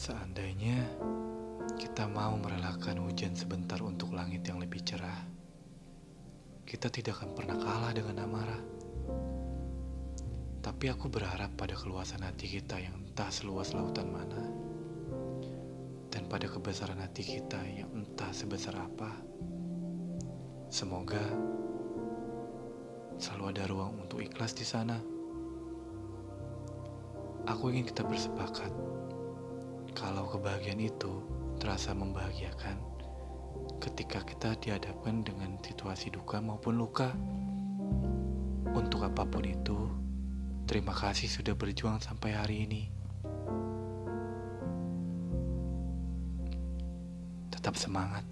Seandainya kita mau merelakan hujan sebentar untuk langit yang lebih cerah, kita tidak akan pernah kalah dengan amarah. Tapi aku berharap pada keluasan hati kita yang entah seluas lautan mana, dan pada kebesaran hati kita yang entah sebesar apa. Semoga selalu ada ruang untuk ikhlas di sana. Aku ingin kita bersepakat kalau kebahagiaan itu terasa membahagiakan ketika kita dihadapkan dengan situasi duka maupun luka. Untuk apapun itu, terima kasih sudah berjuang sampai hari ini. Tetap semangat.